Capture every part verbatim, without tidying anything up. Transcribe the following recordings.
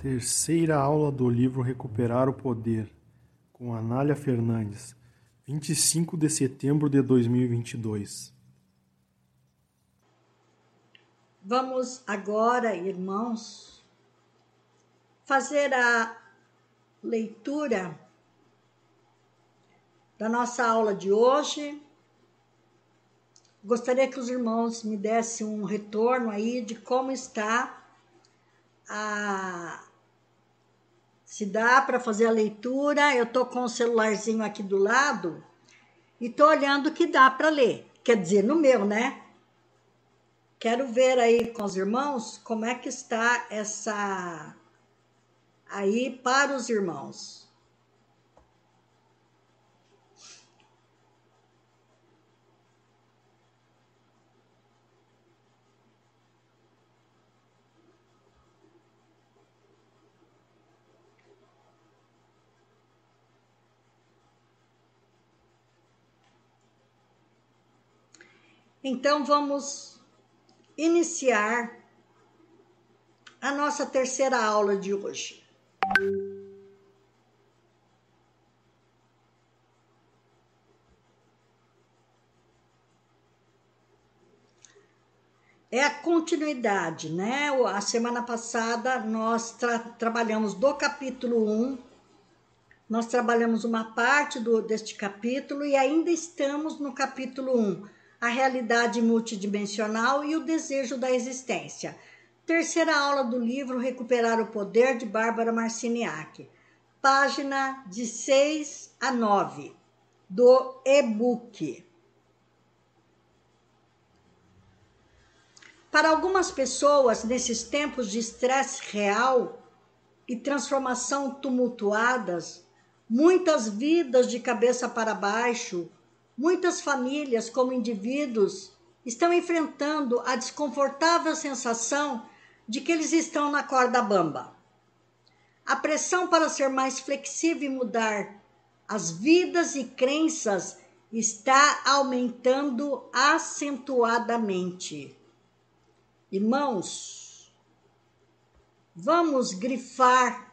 Terceira aula do livro Recuperar o Poder, com Anália Fernandes, vinte e cinco de setembro de dois mil e vinte e dois. Vamos agora, irmãos, fazer a leitura da nossa aula de hoje. Gostaria que os irmãos me dessem um retorno aí de como está a... Se dá para fazer a leitura. Eu estou com o celularzinho aqui do lado e estou olhando que dá para ler. Quer dizer, no meu, né? Quero ver aí com os irmãos como é que está essa... aí para os irmãos. Então, vamos iniciar a nossa terceira aula de hoje. É a continuidade, né? A semana passada nós tra trabalhamos do capítulo um, nós trabalhamos uma parte do, deste capítulo e ainda estamos no capítulo um, a realidade multidimensional e o desejo da existência. Terceira aula do livro Recuperar o Poder, de Bárbara Marciniak, página de seis a nove do e-book. Para algumas pessoas, nesses tempos de estresse real e transformação tumultuadas, muitas vidas de cabeça para baixo, muitas famílias como indivíduos estão enfrentando a desconfortável sensação de que eles estão na corda bamba. A pressão para ser mais flexível e mudar as vidas e crenças está aumentando acentuadamente. Irmãos, vamos grifar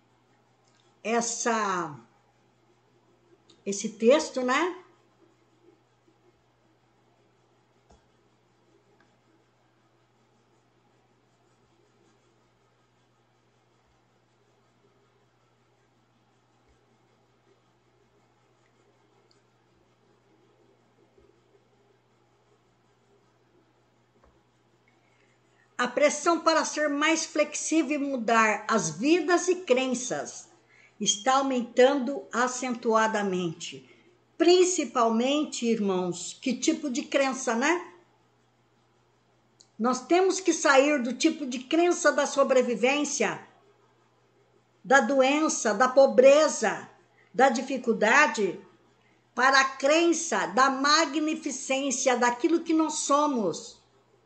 essa, esse texto, né? A pressão para ser mais flexível e mudar as vidas e crenças está aumentando acentuadamente. Principalmente, irmãos, que tipo de crença, né? Nós temos que sair do tipo de crença da sobrevivência, da doença, da pobreza, da dificuldade, para a crença da magnificência daquilo que nós somos.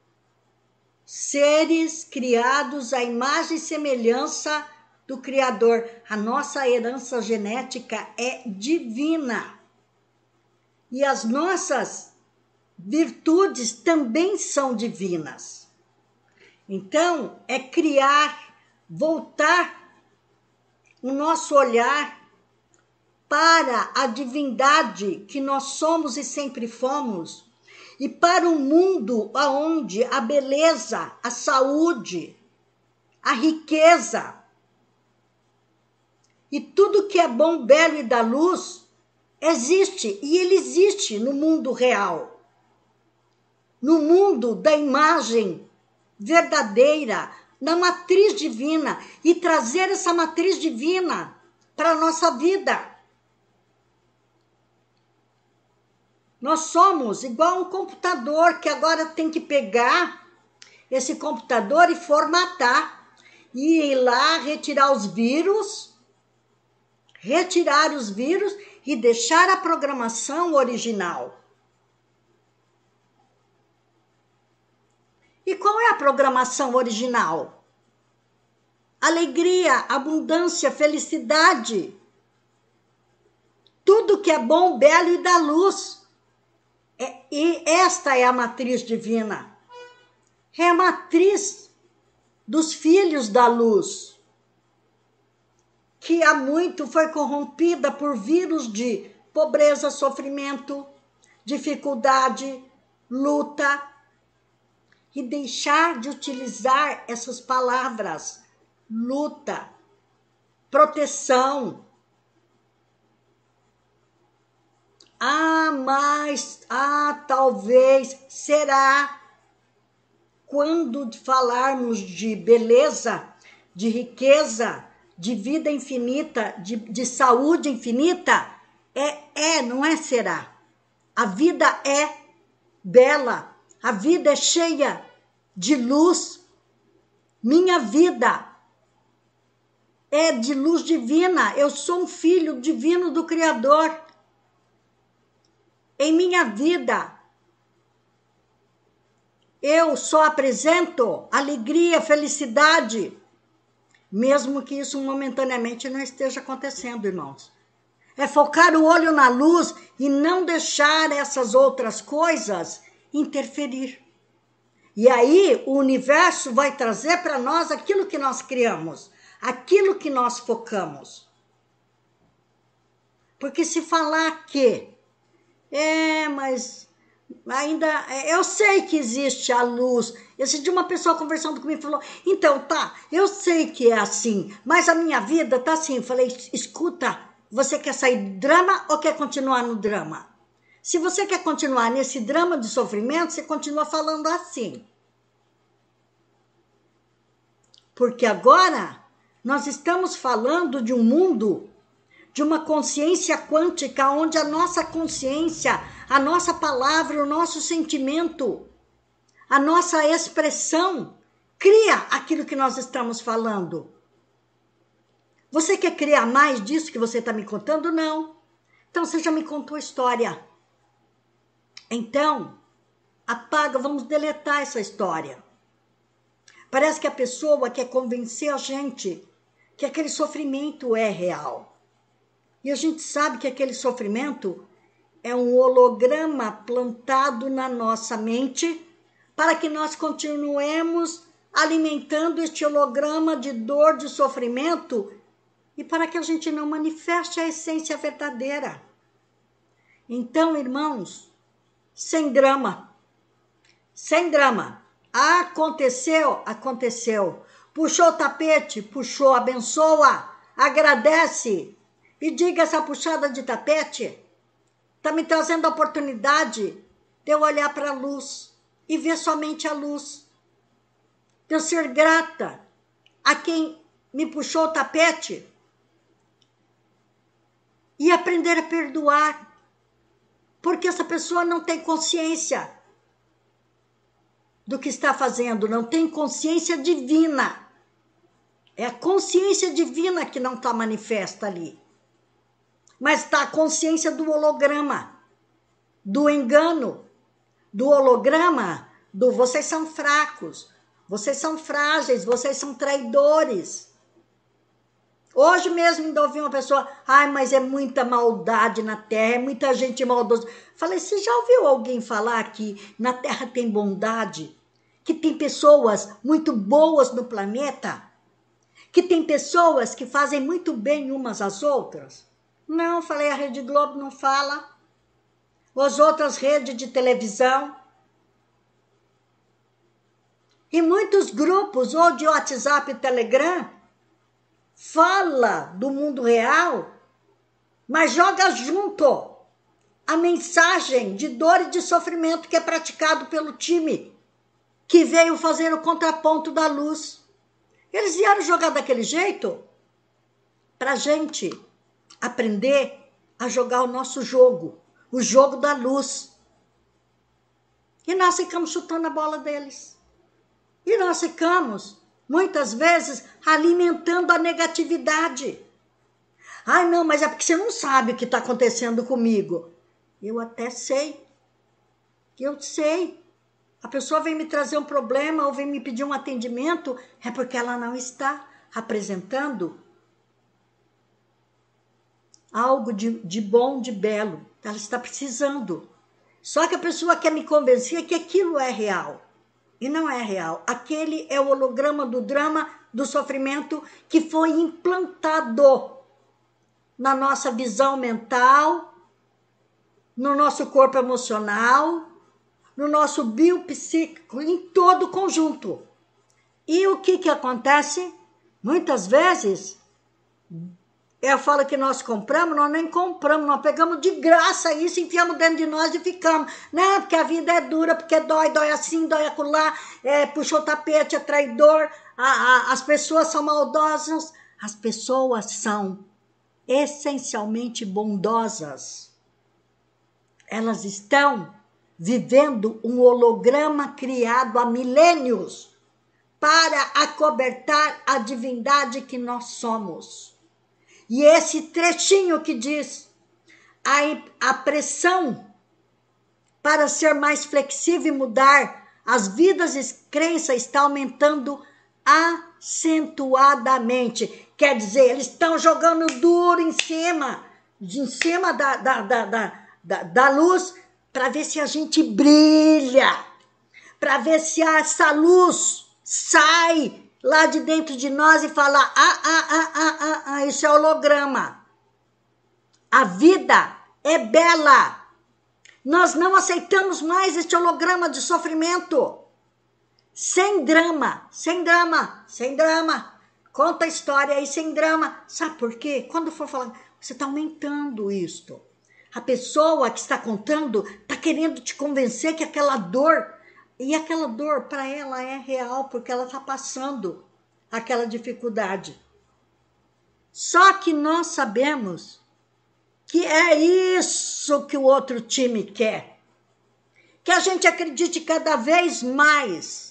Seres criados à imagem e semelhança do Criador. A nossa herança genética é divina. E as nossas virtudes também são divinas. Então, é criar, voltar o nosso olhar para a divindade que nós somos e sempre fomos, e para um mundo onde a beleza, a saúde, a riqueza e tudo que é bom, belo e da luz existe, e ele existe no mundo real, no mundo da imagem verdadeira, na matriz divina, e trazer essa matriz divina para a nossa vida. Nós somos igual um computador que agora tem que pegar esse computador e formatar, e ir lá retirar os vírus, retirar os vírus e deixar a programação original. E qual é a programação original? Alegria, abundância, felicidade. Tudo que é bom, belo e da luz. É, e esta é a matriz divina. É a matriz dos filhos da luz. que há muito foi corrompida por vírus de pobreza, sofrimento, dificuldade, luta, e deixar de utilizar essas palavras, luta, proteção. Ah, mas, ah, talvez, será, quando falarmos de beleza, de riqueza, de vida infinita, de, de saúde infinita, é, é, não é será. A vida é bela, a vida é cheia de luz. Minha vida é de luz divina, eu sou um filho divino do Criador. Em minha vida, eu só apresento alegria, felicidade, mesmo que isso momentaneamente não esteja acontecendo, irmãos. É focar o olho na luz e não deixar essas outras coisas interferir. E aí o universo vai trazer para nós aquilo que nós criamos, aquilo que nós focamos. Porque se falar que, é, mas ainda, eu sei que existe a luz. Esse dia uma pessoa conversando comigo falou, então tá, eu sei que é assim, mas a minha vida tá assim. Eu falei, escuta, você quer sair do drama ou quer continuar no drama? Se você quer continuar nesse drama de sofrimento, você continua falando assim. Porque agora nós estamos falando de um mundo, de uma consciência quântica, onde a nossa consciência, a nossa palavra, o nosso sentimento, a nossa expressão cria aquilo que nós estamos falando. Você quer criar mais disso que você está me contando? Não. Então você já me contou a história. Então, apaga, vamos deletar essa história. Parece que a pessoa quer convencer a gente que aquele sofrimento é real. E a gente sabe que aquele sofrimento é um holograma plantado na nossa mente para que nós continuemos alimentando este holograma de dor, de sofrimento, e para que a gente não manifeste a essência verdadeira. Então, irmãos, sem drama, sem drama. Aconteceu, aconteceu. Puxou o tapete, puxou, abençoa, agradece. E diga, essa puxada de tapete está me trazendo a oportunidade de eu olhar para a luz e ver somente a luz. De eu ser grata a quem me puxou o tapete e aprender a perdoar. Porque essa pessoa não tem consciência do que está fazendo, não tem consciência divina. É a consciência divina que não está manifesta ali. Mas está a consciência do holograma, do engano, do holograma, do vocês são fracos, vocês são frágeis, vocês são traidores. Hoje mesmo ainda ouvi uma pessoa, ai, mas é muita maldade na Terra, é muita gente maldosa. Falei, você já ouviu alguém falar que na Terra tem bondade? Que tem pessoas muito boas no planeta? Que tem pessoas que fazem muito bem umas às outras? Não, falei, a Rede Globo não fala. As outras redes de televisão. E muitos grupos, ou de WhatsApp e Telegram, fala do mundo real, mas joga junto a mensagem de dor e de sofrimento que é praticado pelo time que veio fazer o contraponto da luz. Eles vieram jogar daquele jeito para a gente aprender a jogar o nosso jogo, o jogo da luz. E nós ficamos chutando a bola deles. E nós ficamos, muitas vezes, alimentando a negatividade. Ai, não, mas é porque você não sabe o que está acontecendo comigo. Eu até sei. Eu sei. A pessoa vem me trazer um problema ou vem me pedir um atendimento, é porque ela não está apresentando algo de, de bom, de belo. Ela está precisando. Só que a pessoa quer me convencer que aquilo é real. E não é real. Aquele é o holograma do drama, do sofrimento que foi implantado na nossa visão mental, no nosso corpo emocional, no nosso biopsíquico, em todo o conjunto. E o que que acontece? Muitas vezes, eu falo que nós compramos, nós nem compramos, nós pegamos de graça isso, enfiamos dentro de nós e ficamos. Não, porque a vida é dura, porque dói, dói assim, dói acolá, é, puxou o tapete, é traidor, a, a, as pessoas são maldosas. As pessoas são essencialmente bondosas. Elas estão vivendo um holograma criado há milênios para acobertar a divindade que nós somos. E esse trechinho que diz a, a pressão para ser mais flexível e mudar as vidas e crenças está aumentando acentuadamente. Quer dizer, eles estão jogando duro em cima, em cima da, da, da, da, da, da luz, para ver se a gente brilha, para ver se essa luz sai lá de dentro de nós e fala, ah, ah, ah, ah, ah, ah, isso é holograma. A vida é bela. Nós não aceitamos mais este holograma de sofrimento. Sem drama, sem drama, sem drama. Conta a história aí sem drama. Sabe por quê? Quando for falar, você está aumentando isto. A pessoa que está contando está querendo te convencer que aquela dor, e aquela dor para ela é real, porque ela está passando aquela dificuldade. Só que nós sabemos que é isso que o outro time quer. Que a gente acredite cada vez mais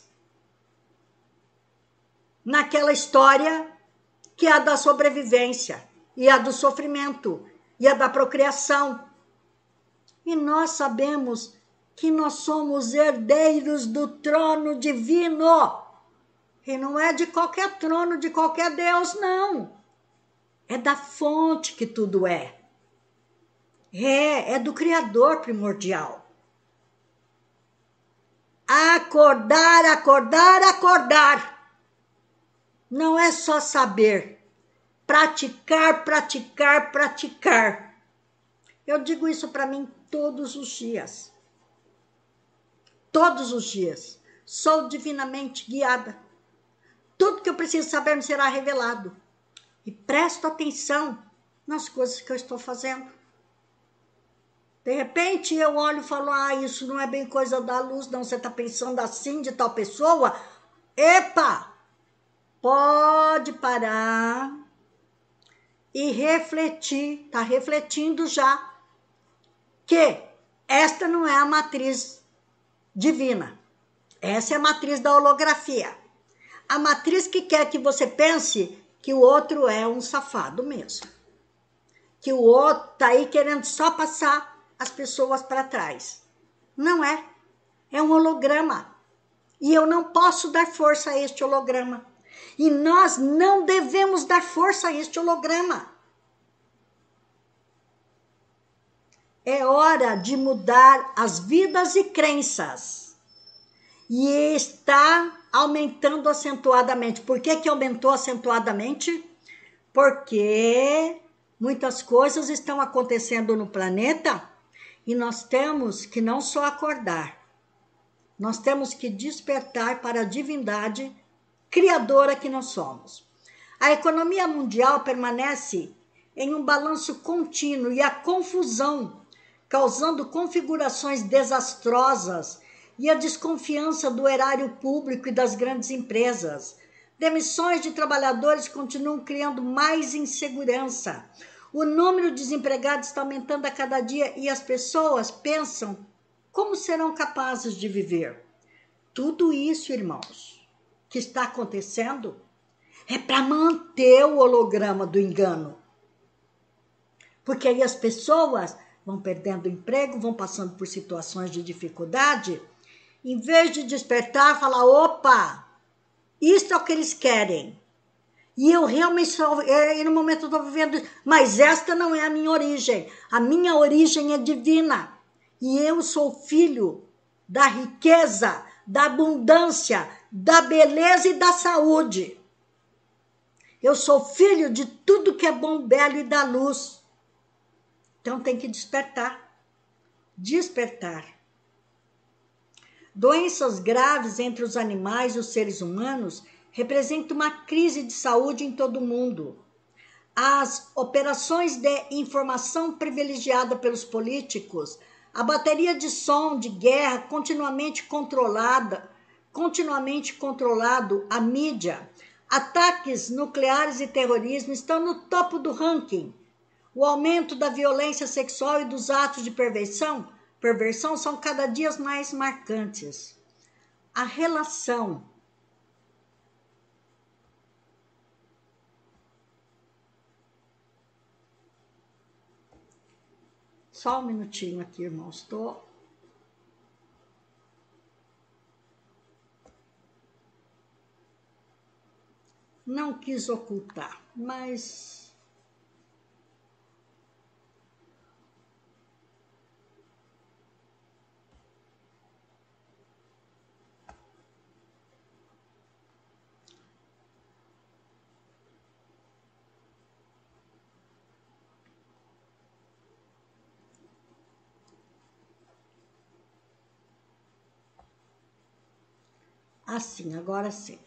naquela história que é a da sobrevivência, e a do sofrimento, e a da procriação. E nós sabemos que nós somos herdeiros do trono divino. E não é de qualquer trono, de qualquer Deus, não. É da fonte que tudo é. É, é do Criador primordial. Acordar, acordar, acordar. Não é só saber. Praticar, praticar, praticar. Eu digo isso para mim todos os dias. Todos os dias. Sou divinamente guiada. Tudo que eu preciso saber me será revelado. E presto atenção nas coisas que eu estou fazendo. De repente eu olho e falo, ah, isso não é bem coisa da luz, não. Você está pensando assim de tal pessoa? Epa! Pode parar e refletir, está refletindo já, que esta não é a matriz divina. Essa é a matriz da holografia. A matriz que quer que você pense que o outro é um safado mesmo. Que o outro está aí querendo só passar as pessoas para trás. Não é. É um holograma. E eu não posso dar força a este holograma. E nós não devemos dar força a este holograma. É hora de mudar as vidas e crenças. E está aumentando acentuadamente. Por que que aumentou acentuadamente? Porque muitas coisas estão acontecendo no planeta e nós temos que não só acordar, nós temos que despertar para a divindade criadora que nós somos. A economia mundial permanece em um balanço contínuo e a confusão, causando configurações desastrosas e a desconfiança do erário público e das grandes empresas. Demissões de trabalhadores continuam criando mais insegurança. O número de desempregados está aumentando a cada dia e as pessoas pensam como serão capazes de viver. Tudo isso, irmãos, que está acontecendo é para manter o holograma do engano. Porque aí as pessoas vão perdendo emprego, vão passando por situações de dificuldade. Em vez de despertar, falar, opa, isso é o que eles querem. E eu realmente, sou, e no momento eu estou vivendo, mas esta não é a minha origem. A minha origem é divina. E eu sou filho da riqueza, da abundância, da beleza e da saúde. Eu sou filho de tudo que é bom, belo e da luz. Então tem que despertar. Despertar. Doenças graves entre os animais e os seres humanos representam uma crise de saúde em todo o mundo. As operações de informação privilegiada pelos políticos, a bateria de som de guerra continuamente controlada, continuamente controlado, a mídia, ataques nucleares e terrorismo estão no topo do ranking. O aumento da violência sexual e dos atos de perversão, perversão são cada dia mais marcantes. A relação Só um minutinho aqui, irmãos. Estou... Não quis ocultar, mas... Assim, agora sim.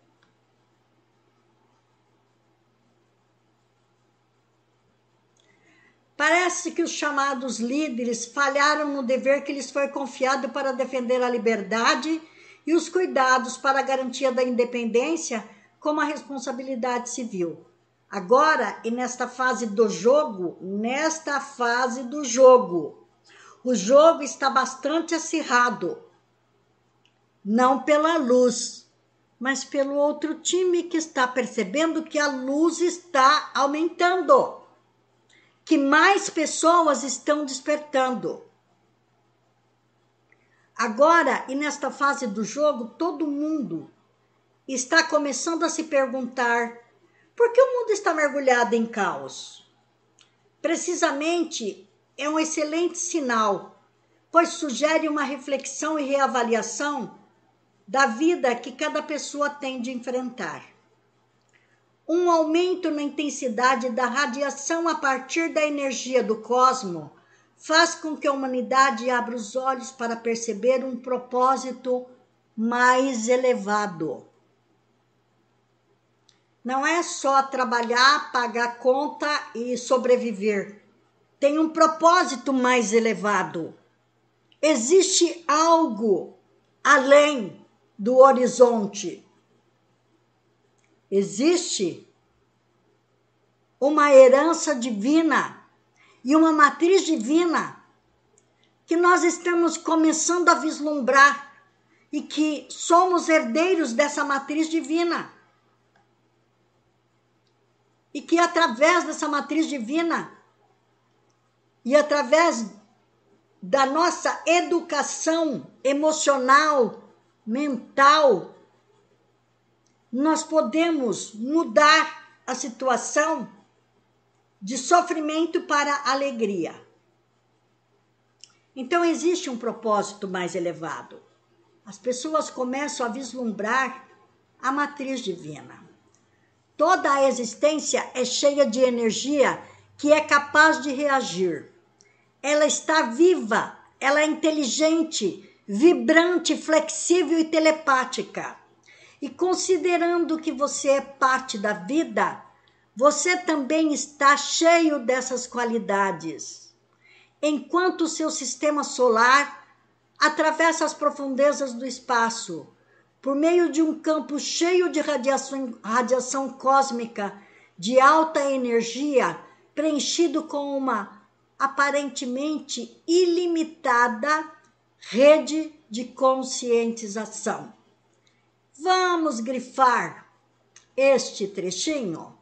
Parece que os chamados líderes falharam no dever que lhes foi confiado para defender a liberdade e os cuidados para a garantia da independência, como a responsabilidade civil. Agora, e nesta fase do jogo, nesta fase do jogo, o jogo está bastante acirrado. Não pela luz, mas pelo outro time que está percebendo que a luz está aumentando, que mais pessoas estão despertando. Agora, e nesta fase do jogo, todo mundo está começando a se perguntar por que o mundo está mergulhado em caos. Precisamente, é um excelente sinal, pois sugere uma reflexão e reavaliação da vida que cada pessoa tem de enfrentar. Um aumento na intensidade da radiação a partir da energia do cosmos faz com que a humanidade abra os olhos para perceber um propósito mais elevado. Não é só trabalhar, pagar conta e sobreviver. Tem um propósito mais elevado. Existe algo além do horizonte. Existe uma herança divina e uma matriz divina que nós estamos começando a vislumbrar e que somos herdeiros dessa matriz divina. E que através dessa matriz divina e através da nossa educação emocional, mental, nós podemos mudar a situação de sofrimento para alegria. Então existe um propósito mais elevado. As pessoas começam a vislumbrar a matriz divina. Toda a existência é cheia de energia que é capaz de reagir. Ela está viva, ela é inteligente, vibrante, flexível e telepática. E considerando que você é parte da vida, você também está cheio dessas qualidades. Enquanto o seu sistema solar atravessa as profundezas do espaço, por meio de um campo cheio de radiação, radiação cósmica de alta energia, preenchido com uma aparentemente ilimitada rede de conscientização. Vamos grifar este trechinho?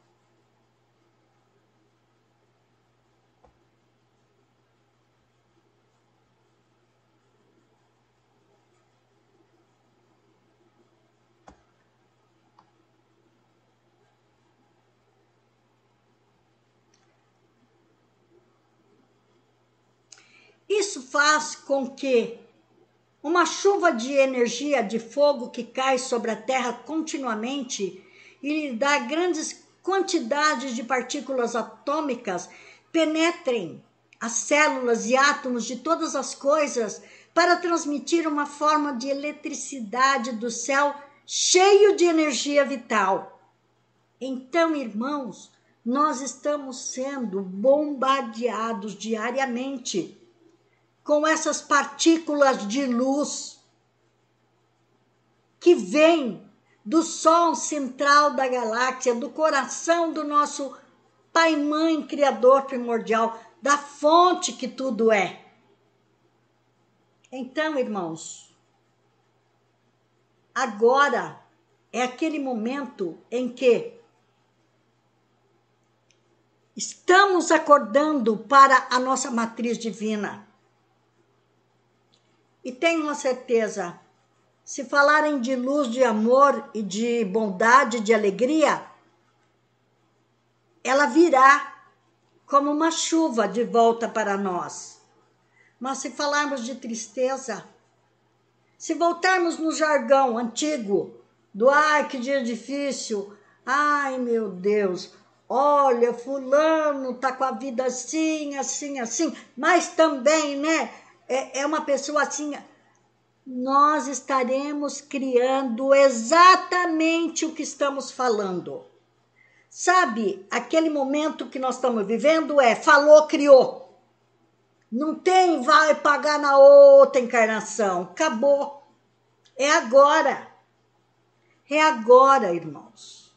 Isso faz com que uma chuva de energia de fogo que cai sobre a Terra continuamente e lhe dá grandes quantidades de partículas atômicas penetrem as células e átomos de todas as coisas para transmitir uma forma de eletricidade do céu cheio de energia vital. Então, irmãos, nós estamos sendo bombardeados diariamente com essas partículas de luz que vêm do Sol central da galáxia, do coração do nosso Pai, Mãe, Criador primordial, da fonte que tudo é. Então, irmãos, agora é aquele momento em que estamos acordando para a nossa matriz divina. E tenho uma certeza, se falarem de luz, de amor e de bondade, de alegria, ela virá como uma chuva de volta para nós. Mas se falarmos de tristeza, se voltarmos no jargão antigo, do ai, que dia difícil, ai, meu Deus, olha, fulano tá com a vida assim, assim, assim, mas também, né, é, é uma pessoa assim. Nós estaremos criando exatamente o que estamos falando. Sabe, aquele momento que nós estamos vivendo é falou, criou. Não tem vai pagar na outra encarnação. Acabou. É agora. É agora, irmãos.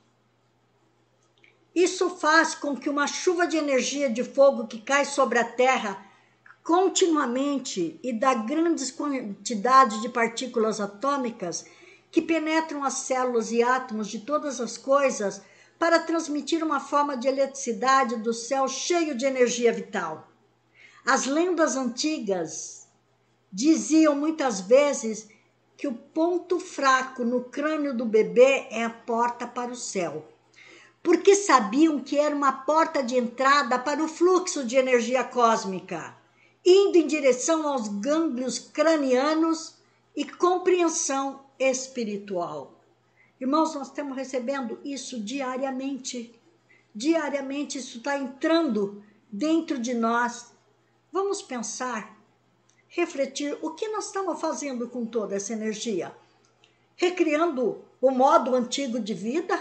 Isso faz com que uma chuva de energia de fogo que cai sobre a Terra continuamente e dá grandes quantidades de partículas atômicas que penetram as células e átomos de todas as coisas para transmitir uma forma de eletricidade do céu cheio de energia vital. As lendas antigas diziam muitas vezes que o ponto fraco no crânio do bebê é a porta para o céu, porque sabiam que era uma porta de entrada para o fluxo de energia cósmica, indo em direção aos gânglios cranianos e compreensão espiritual. Irmãos, nós estamos recebendo isso diariamente. Diariamente isso está entrando dentro de nós. Vamos pensar, refletir o que nós estamos fazendo com toda essa energia. Recriando o modo antigo de vida?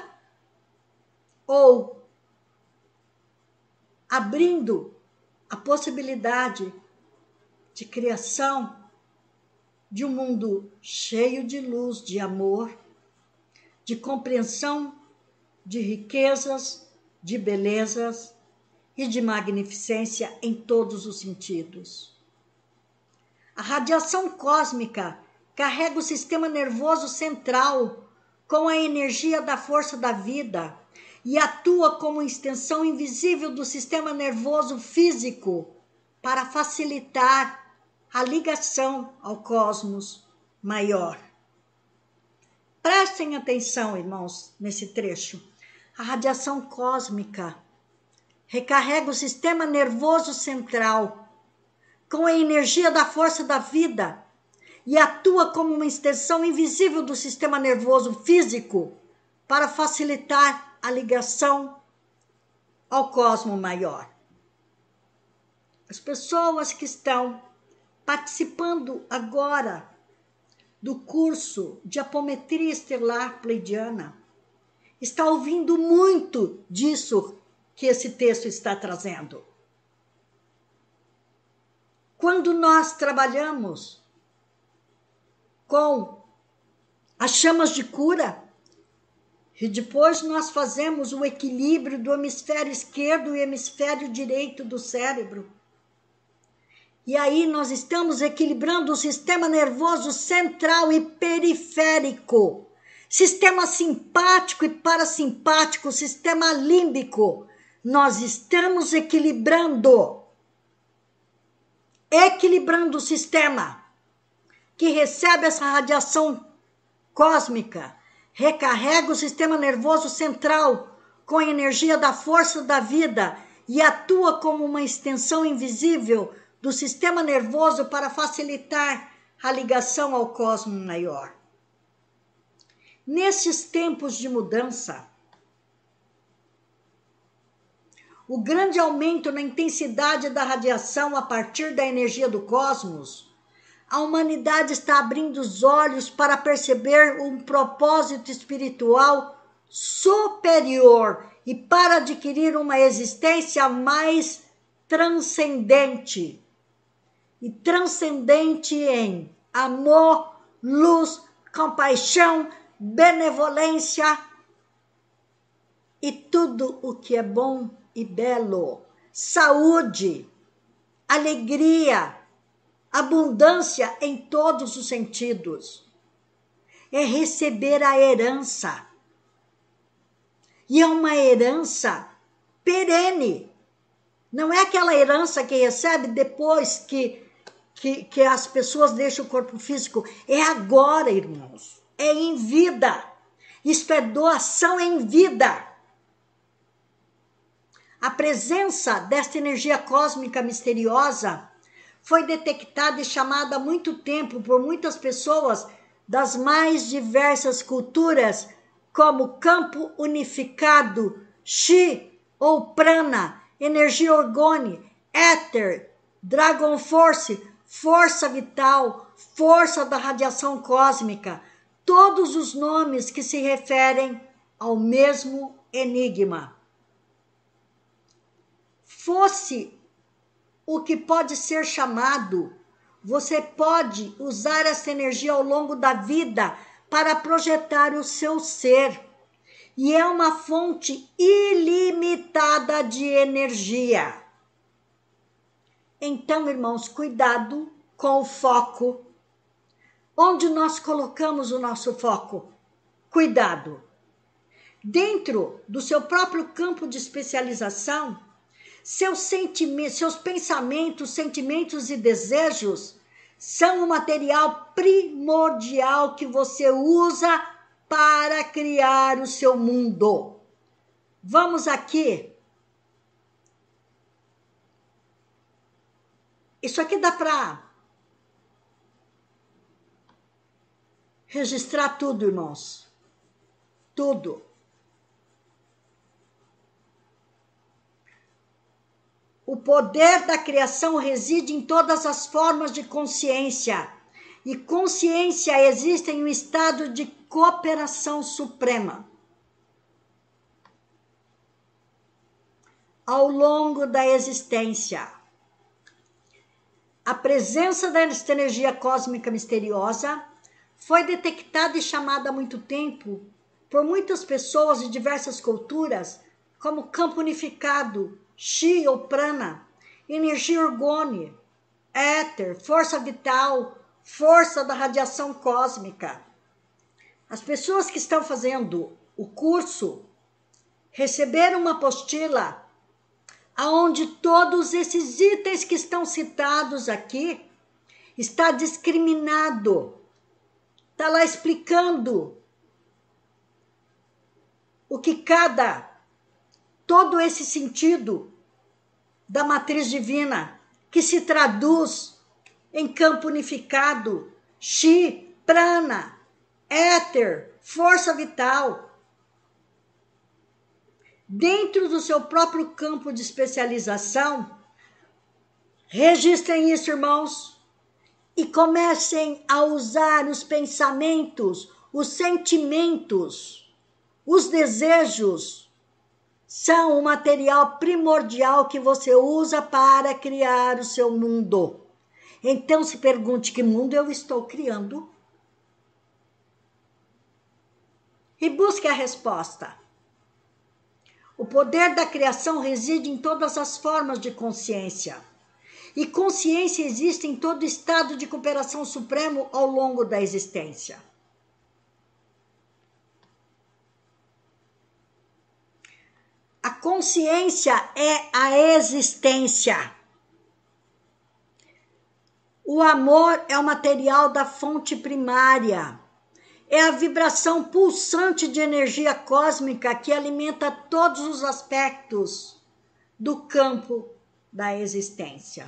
Ou abrindo a possibilidade de criação de um mundo cheio de luz, de amor, de compreensão, de riquezas, de belezas e de magnificência em todos os sentidos. A radiação cósmica carrega o sistema nervoso central com a energia da força da vida e atua como extensão invisível do sistema nervoso físico para facilitar a ligação ao cosmos maior. Prestem atenção, irmãos, nesse trecho. A radiação cósmica recarrega o sistema nervoso central com a energia da força da vida e atua como uma extensão invisível do sistema nervoso físico para facilitar a ligação ao cosmo maior. As pessoas que estão participando agora do curso de apometria estelar pleidiana está ouvindo muito disso que esse texto está trazendo. Quando nós trabalhamos com as chamas de cura e depois nós fazemos o equilíbrio do hemisfério esquerdo e hemisfério direito do cérebro, e aí nós estamos equilibrando o sistema nervoso central e periférico, sistema simpático e parasimpático, sistema límbico. Nós estamos equilibrando, equilibrando o sistema que recebe essa radiação cósmica, recarrega o sistema nervoso central com a energia da força da vida e atua como uma extensão invisível do sistema nervoso para facilitar a ligação ao cosmo maior. Nesses tempos de mudança, o grande aumento na intensidade da radiação a partir da energia do cosmos, a humanidade está abrindo os olhos para perceber um propósito espiritual superior e para adquirir uma existência mais transcendente. E transcendente em amor, luz, compaixão, benevolência e tudo o que é bom e belo. Saúde, alegria, abundância em todos os sentidos. É receber a herança. E é uma herança perene. Não é aquela herança que recebe depois que, que, que as pessoas deixam o corpo físico. É agora, irmãos. É em vida. Isto é doação em vida. A presença desta energia cósmica misteriosa foi detectada e chamada há muito tempo por muitas pessoas das mais diversas culturas como campo unificado, chi ou prana, energia orgone, éter, dragon force, força vital, força da radiação cósmica, todos os nomes que se referem ao mesmo enigma. Fosse o que pode ser chamado, você pode usar essa energia ao longo da vida para projetar o seu ser. E é uma fonte ilimitada de energia. Então, irmãos, cuidado com o foco. Onde nós colocamos o nosso foco? Cuidado. Dentro do seu próprio campo de especialização, seus sentimentos, seus pensamentos, sentimentos e desejos são o material primordial que você usa para criar o seu mundo. Vamos aqui. Isso aqui dá para registrar tudo, irmãos. Tudo. O poder da criação reside em todas as formas de consciência. E consciência existe em um estado de cooperação suprema. Ao longo da existência, a presença desta energia cósmica misteriosa foi detectada e chamada há muito tempo por muitas pessoas de diversas culturas como campo unificado, chi ou prana, energia orgone, éter, força vital, força da radiação cósmica. As pessoas que estão fazendo o curso receberam uma apostila onde todos esses itens que estão citados aqui está discriminado. Está lá explicando o que cada, todo esse sentido da matriz divina que se traduz em campo unificado, chi, prana, éter, força vital. Dentro do seu próprio campo de especialização, registrem isso, irmãos, e comecem a usar os pensamentos, os sentimentos, os desejos, são o material primordial que você usa para criar o seu mundo. Então se pergunte: que mundo eu estou criando? E busque a resposta. O poder da criação reside em todas as formas de consciência. E consciência existe em todo estado de cooperação supremo ao longo da existência. A consciência é a existência. O amor é o material da fonte primária. É a vibração pulsante de energia cósmica que alimenta todos os aspectos do campo da existência.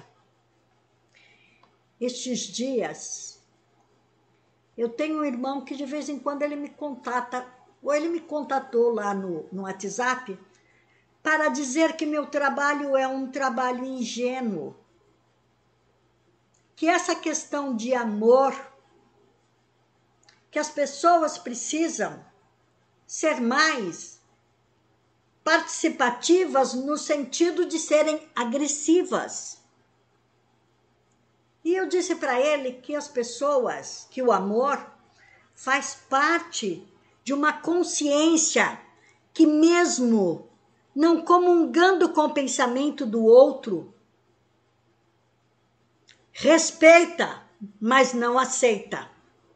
Estes dias, eu tenho um irmão que de vez em quando ele me contata, ou ele me contatou lá no, no WhatsApp, para dizer que meu trabalho é um trabalho ingênuo. Que essa questão de amor, que as pessoas precisam ser mais participativas no sentido de serem agressivas. E eu disse para ele que as pessoas, que o amor faz parte de uma consciência que mesmo não comungando com o pensamento do outro, respeita, mas não aceita.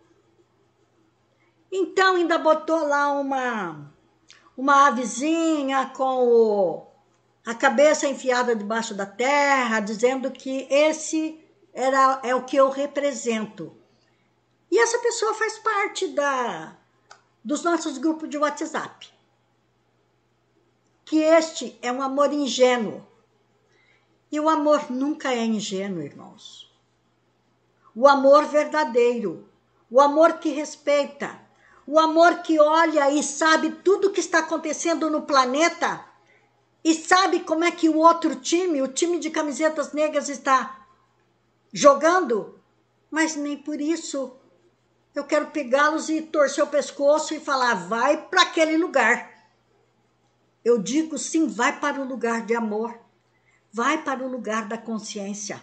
Então ainda botou lá uma, uma avezinha com o, a cabeça enfiada debaixo da terra, dizendo que esse era, é o que eu represento. E essa pessoa faz parte da, dos nossos grupos de WhatsApp. Que este é um amor ingênuo. E o amor nunca é ingênuo, irmãos. O amor verdadeiro, o amor que respeita, o amor que olha e sabe tudo o que está acontecendo no planeta e sabe como é que o outro time, o time de camisetas negras está jogando, mas nem por isso eu quero pegá-los e torcer o pescoço e falar, vai para aquele lugar. Eu digo sim, vai para o lugar de amor, vai para o lugar da consciência.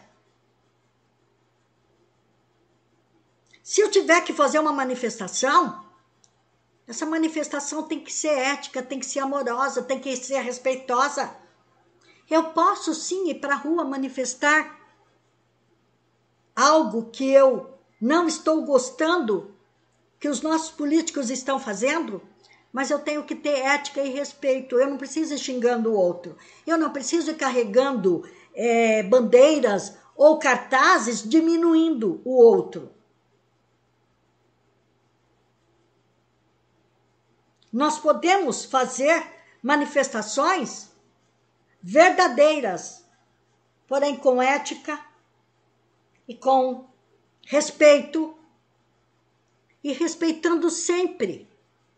Se eu tiver que fazer uma manifestação, essa manifestação tem que ser ética, tem que ser amorosa, tem que ser respeitosa. Eu posso sim ir para a rua manifestar algo que eu não estou gostando, que os nossos políticos estão fazendo, mas eu tenho que ter ética e respeito. Eu não preciso ir xingando o outro. Eu não preciso ir carregando é, bandeiras ou cartazes diminuindo o outro. Nós podemos fazer manifestações verdadeiras, porém com ética e com respeito, e respeitando sempre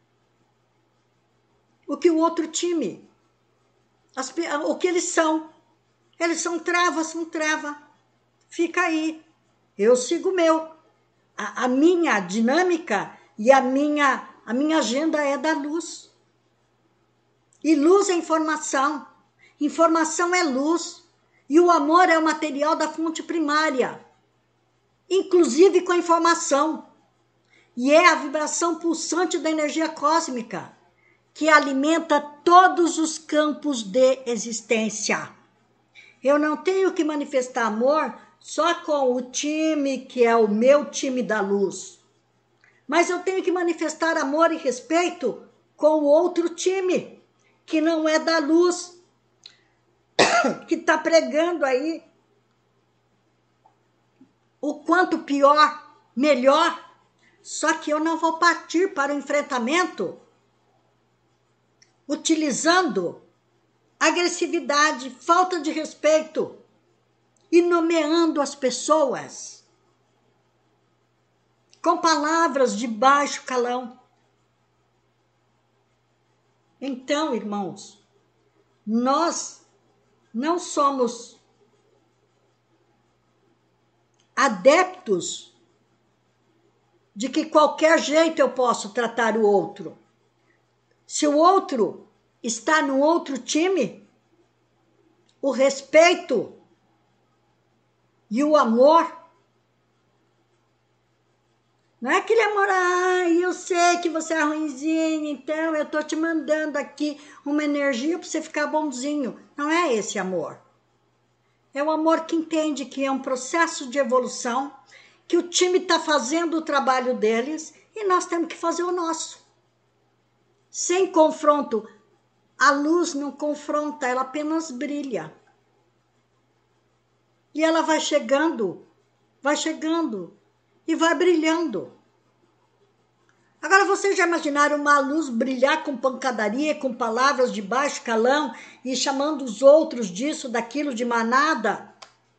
o que o outro time, as, o que eles são. Eles são trava, são trava. Fica aí. Eu sigo o meu. A, a minha dinâmica e a minha, a minha agenda é da luz. E luz é informação. Informação é luz. E o amor é o material da fonte primária. Inclusive com a informação. E é a vibração pulsante da energia cósmica que alimenta todos os campos de existência. Eu não tenho que manifestar amor só com o time que é o meu time da luz. Mas eu tenho que manifestar amor e respeito com o outro time, que não é da luz, que está pregando aí o quanto pior, melhor. Só que eu não vou partir para o enfrentamento utilizando agressividade, falta de respeito e nomeando as pessoas com palavras de baixo calão. Então, irmãos, nós não somos adeptos de que qualquer jeito eu posso tratar o outro. Se o outro está no outro time, o respeito e o amor, não é aquele amor, ai, eu sei que você é ruinzinho, então eu tô te mandando aqui uma energia para você ficar bonzinho. Não é esse amor. É o amor que entende que é um processo de evolução, que o time está fazendo o trabalho deles e nós temos que fazer o nosso. Sem confronto. A luz não confronta, ela apenas brilha. E ela vai chegando, vai chegando e vai brilhando. Agora, vocês já imaginaram uma luz brilhar com pancadaria, com palavras de baixo calão e chamando os outros disso, daquilo, de manada?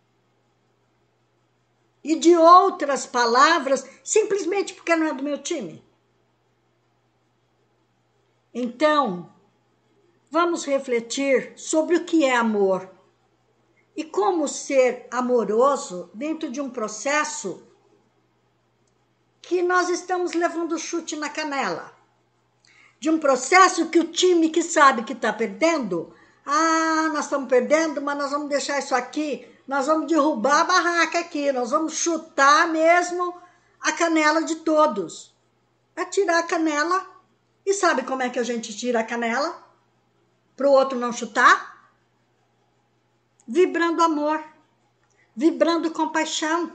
E de outras palavras, simplesmente porque não é do meu time? Então, vamos refletir sobre o que é amor e como ser amoroso dentro de um processo que nós estamos levando chute na canela. De um processo que o time que sabe que está perdendo, ah, nós estamos perdendo, mas nós vamos deixar isso aqui, nós vamos derrubar a barraca aqui, nós vamos chutar mesmo a canela de todos. É tirar a canela, e sabe como é que a gente tira a canela? Para o outro não chutar? Vibrando amor, vibrando compaixão.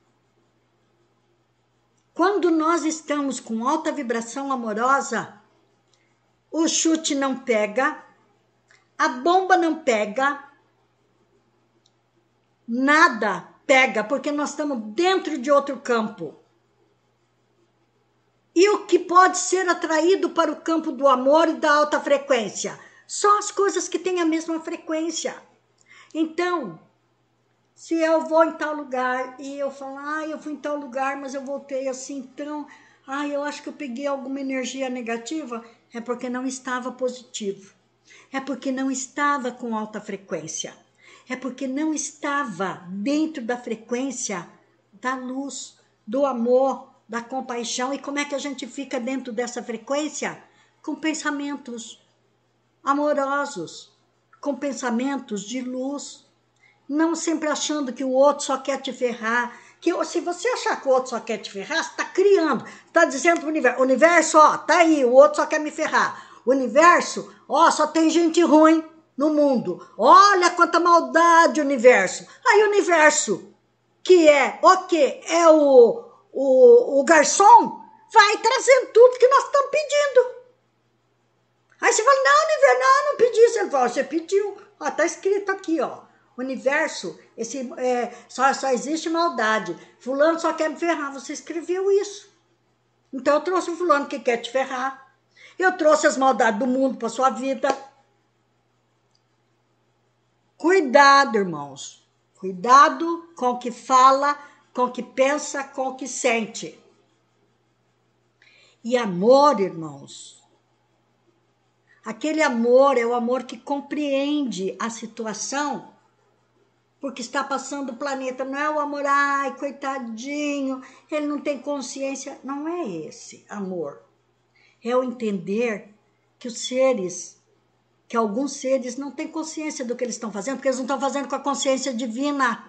Quando nós estamos com alta vibração amorosa, o chute não pega, a bomba não pega, nada pega, porque nós estamos dentro de outro campo. E o que pode ser atraído para o campo do amor e da alta frequência? Só as coisas que têm a mesma frequência. Então, se eu vou em tal lugar e eu falo, ah, eu fui em tal lugar, mas eu voltei assim, então, ah, eu acho que eu peguei alguma energia negativa, é porque não estava positivo. É porque não estava com alta frequência. É porque não estava dentro da frequência da luz, do amor, da compaixão. E como é que a gente fica dentro dessa frequência? Com pensamentos amorosos, com pensamentos de luz, não sempre achando que o outro só quer te ferrar. Que se você achar que o outro só quer te ferrar, você está criando, está dizendo para o universo, universo, ó, tá aí, o outro só quer me ferrar. O universo, ó, só tem gente ruim no mundo. Olha quanta maldade, universo. Aí o universo, que é o quê? É o, o, o garçom, vai trazendo tudo que nós estamos pedindo. Aí você fala, não, universo, não, não pedi. Você fala, você pediu. Ó, tá escrito aqui, ó. Universo, esse, é, só, só existe maldade. Fulano só quer me ferrar. Você escreveu isso. Então eu trouxe o fulano que quer te ferrar. Eu trouxe as maldades do mundo para sua vida. Cuidado, irmãos. Cuidado com o que fala, com o que pensa, com o que sente. E amor, irmãos. Aquele amor é o amor que compreende a situação porque está passando o planeta. Não é o amor, ai, coitadinho, ele não tem consciência. Não é esse amor. É o entender que os seres, que alguns seres não têm consciência do que eles estão fazendo, porque eles não estão fazendo com a consciência divina.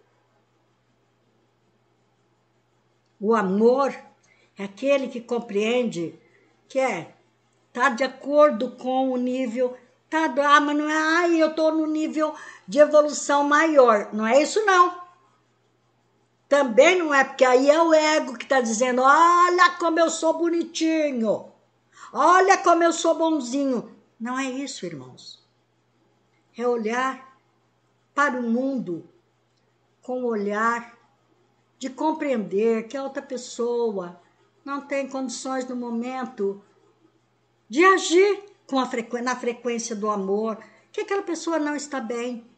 O amor é aquele que compreende que é tá de acordo com o nível, tá, ah, mas não é, ai, eu tô no nível de evolução maior. Não é isso, não. Também não é, porque aí é o ego que tá dizendo, olha como eu sou bonitinho, olha como eu sou bonzinho. Não é isso, irmãos. É olhar para o mundo com o olhar de compreender que a outra pessoa não tem condições no momento de agir com a frequ... na frequência do amor, que aquela pessoa não está bem.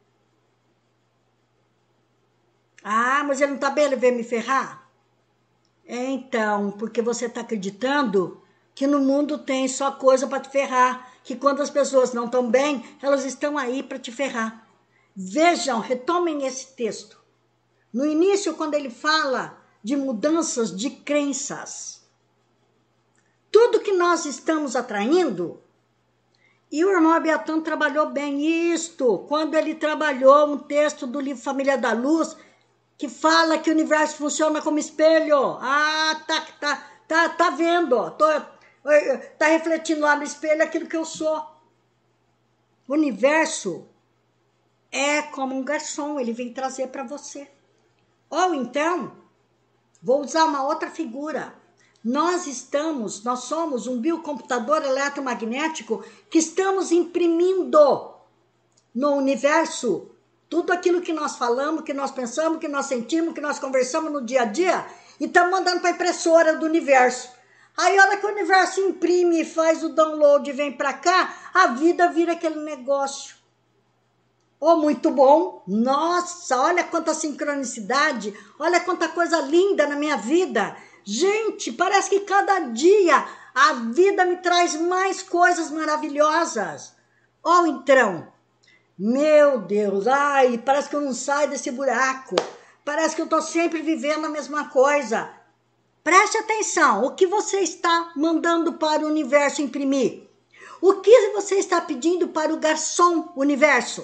Ah, mas ele não está bem, ele veio me ferrar? Então, porque você está acreditando que no mundo tem só coisa para te ferrar, que quando as pessoas não estão bem, elas estão aí para te ferrar. Vejam, retomem esse texto. No início, quando ele fala de mudanças de crenças, tudo que nós estamos atraindo, e o irmão Abiatã trabalhou bem isto, quando ele trabalhou um texto do livro Família da Luz, que fala que o universo funciona como espelho. Ah, tá, tá, tá, tá vendo, ó, tô, tá refletindo lá no espelho aquilo que eu sou. O universo é como um garçom, ele vem trazer para você. Ou então, vou usar uma outra figura. Nós estamos, nós somos um biocomputador eletromagnético que estamos imprimindo no universo tudo aquilo que nós falamos, que nós pensamos, que nós sentimos, que nós conversamos no dia a dia e estamos mandando para a impressora do universo. Aí, a hora que o universo imprime e faz o download e vem para cá, a vida vira aquele negócio. Oh, muito bom. Nossa, olha quanta sincronicidade, olha quanta coisa linda na minha vida. Gente, parece que cada dia a vida me traz mais coisas maravilhosas. Ou então, meu Deus, ai, parece que eu não saio desse buraco. Parece que eu estou sempre vivendo a mesma coisa. Preste atenção, o que você está mandando para o universo imprimir? O que você está pedindo para o garçom universo?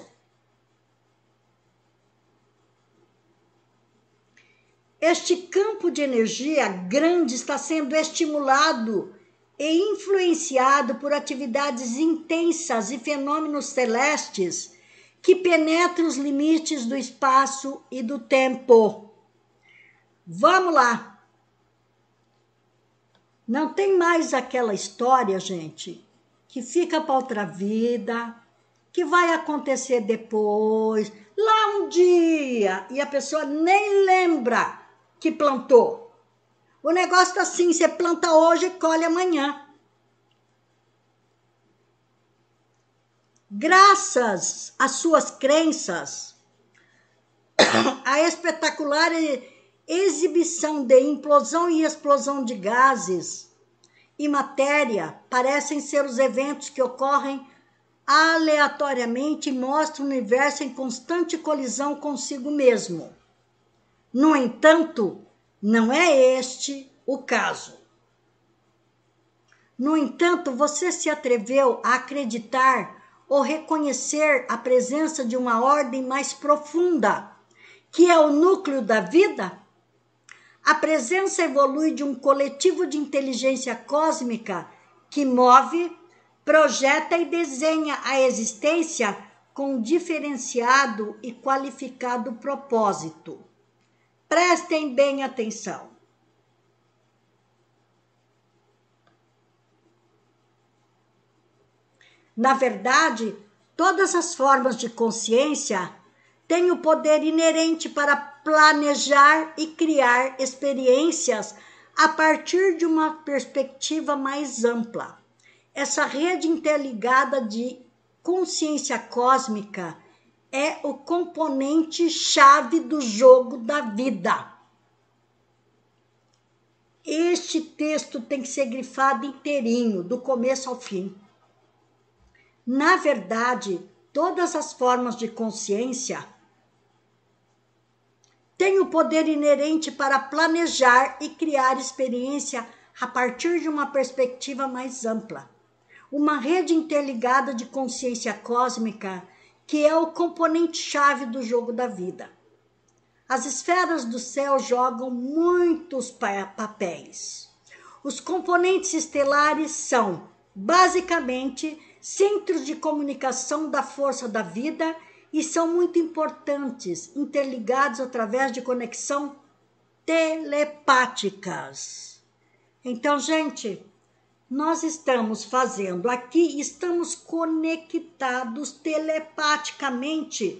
Este campo de energia grande está sendo estimulado e influenciado por atividades intensas e fenômenos celestes que penetram os limites do espaço e do tempo. Vamos lá. Não tem mais aquela história, gente, que fica para outra vida, que vai acontecer depois, lá um dia, e a pessoa nem lembra que plantou. O negócio tá assim, você planta hoje e colhe amanhã. Graças às suas crenças, a espetacular exibição de implosão e explosão de gases e matéria parecem ser os eventos que ocorrem aleatoriamente e mostram o universo em constante colisão consigo mesmo. No entanto, não é este o caso. No entanto, você se atreveu a acreditar ou reconhecer a presença de uma ordem mais profunda, que é o núcleo da vida? A presença evolui de um coletivo de inteligência cósmica que move, projeta e desenha a existência com um diferenciado e qualificado propósito. Prestem bem atenção. Na verdade, todas as formas de consciência têm o poder inerente para planejar e criar experiências a partir de uma perspectiva mais ampla. Essa rede interligada de consciência cósmica é o componente chave do jogo da vida. Este texto tem que ser grifado inteirinho, do começo ao fim. Na verdade, todas as formas de consciência têm o poder inerente para planejar e criar experiência a partir de uma perspectiva mais ampla. Uma rede interligada de consciência cósmica que é o componente-chave do jogo da vida. As esferas do céu jogam muitos papéis. Os componentes estelares são, basicamente, centros de comunicação da força da vida e são muito importantes, interligados através de conexão telepáticas. Então, gente, nós estamos fazendo aqui, estamos conectados telepaticamente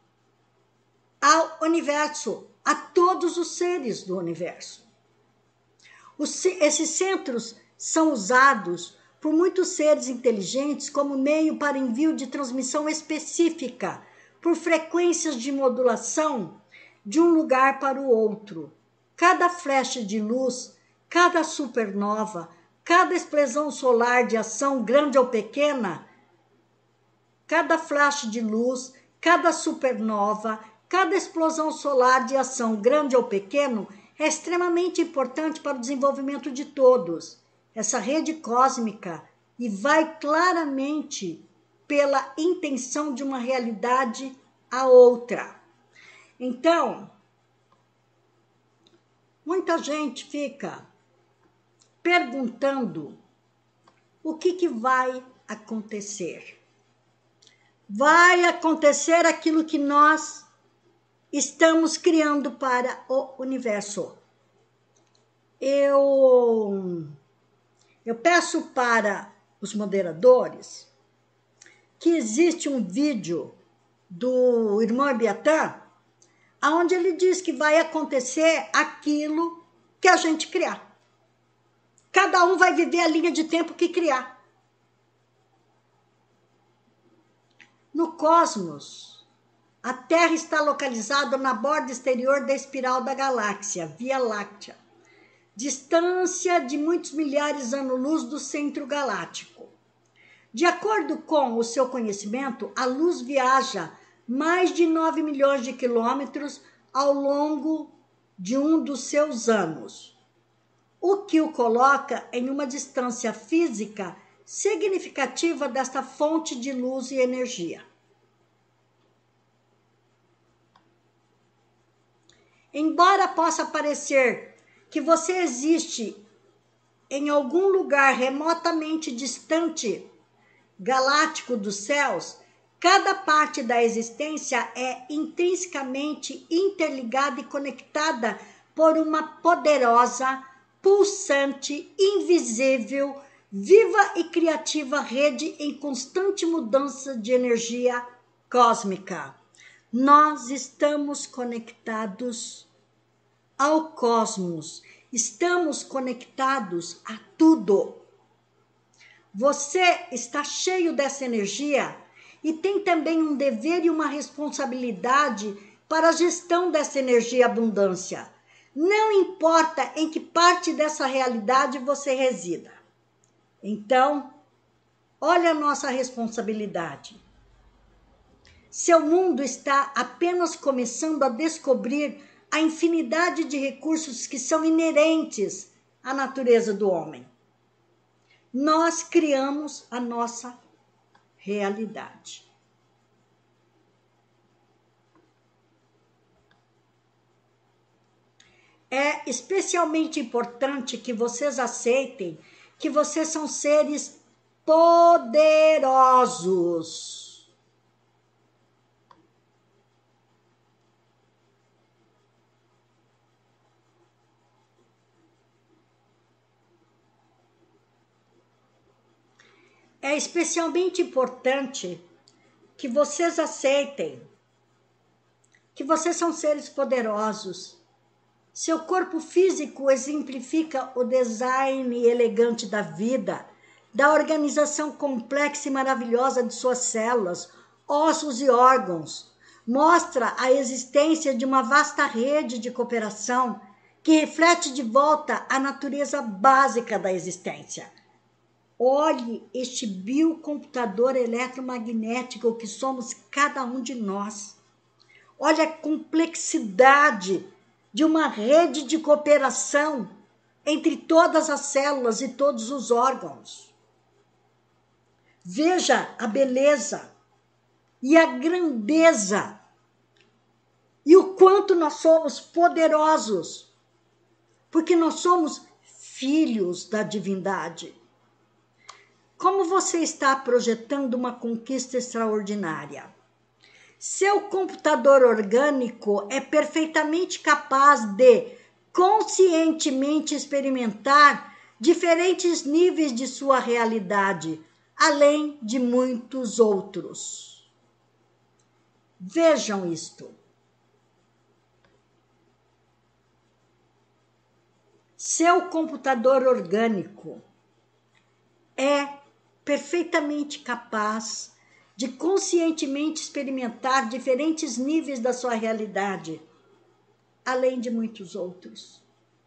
ao universo, a todos os seres do universo. Os, esses centros são usados por muitos seres inteligentes como meio para envio de transmissão específica, por frequências de modulação de um lugar para o outro. Cada flecha de luz, cada supernova, cada explosão solar de ação grande ou pequena, cada flash de luz, cada supernova, cada explosão solar de ação grande ou pequeno é extremamente importante para o desenvolvimento de todos. Essa rede cósmica e vai claramente pela intenção de uma realidade a outra. Então, muita gente fica perguntando o que, que vai acontecer. Vai acontecer aquilo que nós estamos criando para o universo. Eu, eu peço para os moderadores que existe um vídeo do irmão Ebiatã, onde ele diz que vai acontecer aquilo que a gente criar. Cada um vai viver a linha de tempo que criar. No cosmos, a Terra está localizada na borda exterior da espiral da galáxia, Via Láctea, distância de muitos milhares de anos-luz do centro galáctico. De acordo com o seu conhecimento, a luz viaja mais de nove milhões de quilômetros ao longo de um dos seus anos, o que o coloca em uma distância física significativa desta fonte de luz e energia. Embora possa parecer que você existe em algum lugar remotamente distante, galáctico dos céus, cada parte da existência é intrinsecamente interligada e conectada por uma poderosa, pulsante, invisível, viva e criativa rede em constante mudança de energia cósmica. Nós estamos conectados ao cosmos, estamos conectados a tudo. Você está cheio dessa energia e tem também um dever e uma responsabilidade para a gestão dessa energia abundância. Não importa em que parte dessa realidade você resida. Então, olha a nossa responsabilidade. Seu mundo está apenas começando a descobrir a infinidade de recursos que são inerentes à natureza do homem. Nós criamos a nossa realidade. É especialmente importante que vocês aceitem que vocês são seres poderosos. É especialmente importante que vocês aceitem que vocês são seres poderosos. Seu corpo físico exemplifica o design elegante da vida, da organização complexa e maravilhosa de suas células, ossos e órgãos. Mostra a existência de uma vasta rede de cooperação que reflete de volta a natureza básica da existência. Olhe este biocomputador eletromagnético que somos cada um de nós. Olha a complexidade de uma rede de cooperação entre todas as células e todos os órgãos. Veja a beleza e a grandeza e o quanto nós somos poderosos, porque nós somos filhos da divindade. Como você está projetando uma conquista extraordinária? Seu computador orgânico é perfeitamente capaz de conscientemente experimentar diferentes níveis de sua realidade, além de muitos outros. Vejam isto. Seu computador orgânico é perfeitamente capaz de conscientemente experimentar diferentes níveis da sua realidade, além de muitos outros.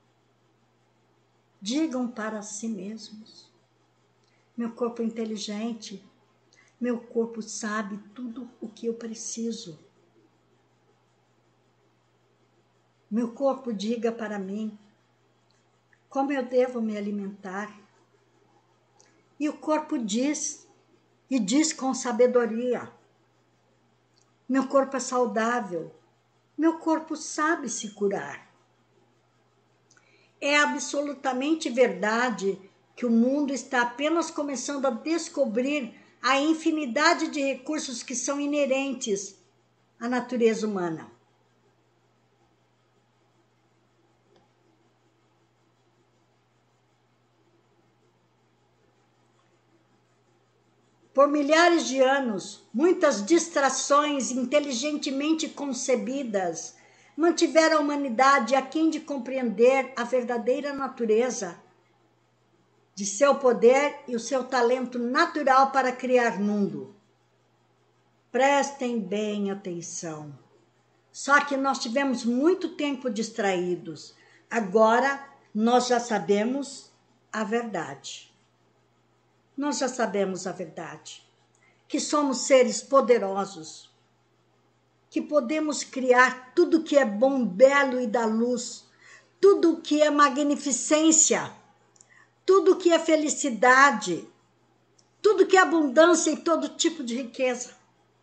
Digam para si mesmos: meu corpo é inteligente, meu corpo sabe tudo o que eu preciso. Meu corpo diga para mim como eu devo me alimentar. E o corpo diz, e diz com sabedoria: meu corpo é saudável, meu corpo sabe se curar. É absolutamente verdade que o mundo está apenas começando a descobrir a infinidade de recursos que são inerentes à natureza humana. Por milhares de anos, muitas distrações inteligentemente concebidas mantiveram a humanidade aquém de compreender a verdadeira natureza de seu poder e o seu talento natural para criar mundo. Prestem bem atenção. Só que nós tivemos muito tempo distraídos. Agora nós já sabemos a verdade. nós já sabemos a verdade, que somos seres poderosos, que podemos criar tudo que é bom, belo e da luz, tudo que é magnificência, tudo que é felicidade, tudo que é abundância e todo tipo de riqueza.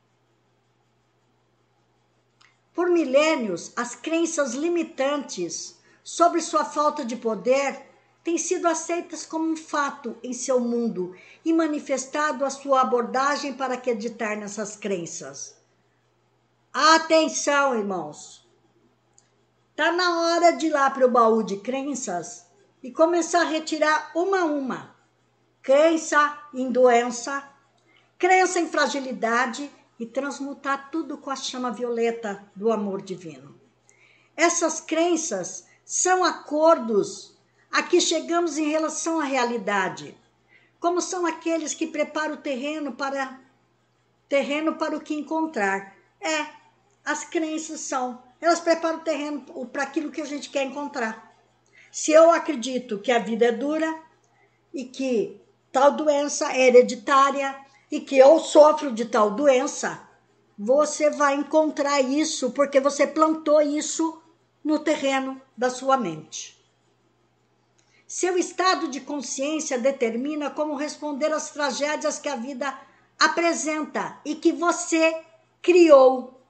Por milênios, as crenças limitantes sobre sua falta de poder têm sido aceitas como um fato em seu mundo e manifestado a sua abordagem para acreditar nessas crenças. Atenção, irmãos! Está na hora de ir lá para o baú de crenças e começar a retirar uma a uma. Crença em doença, crença em fragilidade e transmutar tudo com a chama violeta do amor divino. Essas crenças são acordos a que chegamos em relação à realidade, como são aqueles que preparam o terreno para, terreno para o que encontrar. É, as crenças são, elas preparam o terreno para aquilo que a gente quer encontrar. Se eu acredito que a vida é dura e que tal doença é hereditária e que eu sofro de tal doença, você vai encontrar isso porque você plantou isso no terreno da sua mente. Seu estado de consciência determina como responder às tragédias que a vida apresenta e que você criou.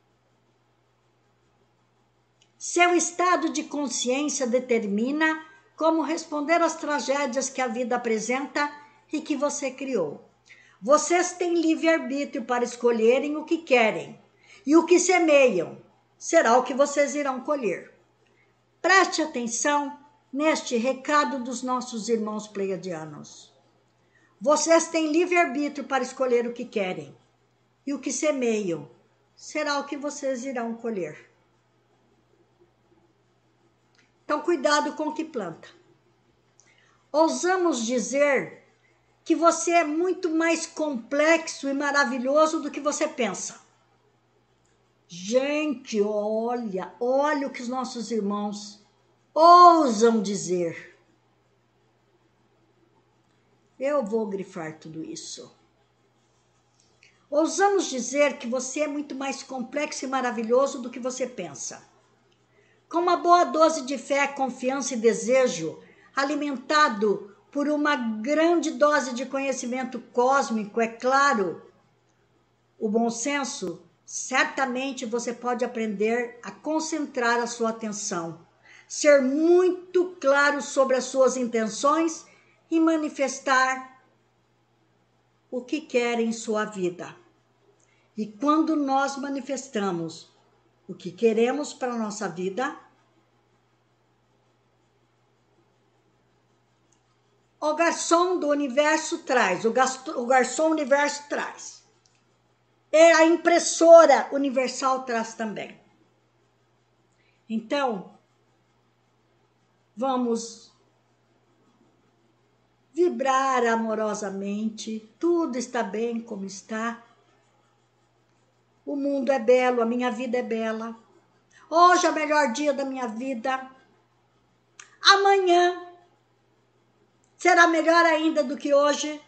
Seu estado de consciência determina como responder às tragédias que a vida apresenta e que você criou. Vocês têm livre-arbítrio para escolherem o que querem, e o que semeiam será o que vocês irão colher. Preste atenção neste recado dos nossos irmãos pleiadianos. Vocês têm livre-arbítrio para escolher o que querem, e o que semeiam será o que vocês irão colher. Então, cuidado com o que planta. Ousamos dizer que você é muito mais complexo e maravilhoso do que você pensa. Gente, olha, olha o que os nossos irmãos ousam dizer. Eu vou grifar tudo isso. Ousamos dizer que você é muito mais complexo e maravilhoso do que você pensa. Com uma boa dose de fé, confiança e desejo, alimentado por uma grande dose de conhecimento cósmico, é claro, o bom senso, certamente você pode aprender a concentrar a sua atenção, ser muito claro sobre as suas intenções e manifestar o que quer em sua vida. E quando nós manifestamos o que queremos para a nossa vida, o garçom do universo traz, o, gasto, o garçom universo traz. E a impressora universal traz também. Então, vamos vibrar amorosamente, tudo está bem como está. O mundo é belo, a minha vida é bela. Hoje é o melhor dia da minha vida. Amanhã será melhor ainda do que hoje.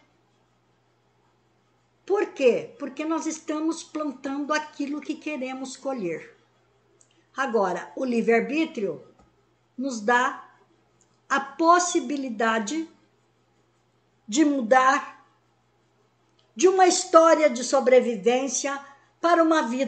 Por quê? Porque nós estamos plantando aquilo que queremos colher. Agora, o livre-arbítrio nos dá a possibilidade de mudar de uma história de sobrevivência para uma vida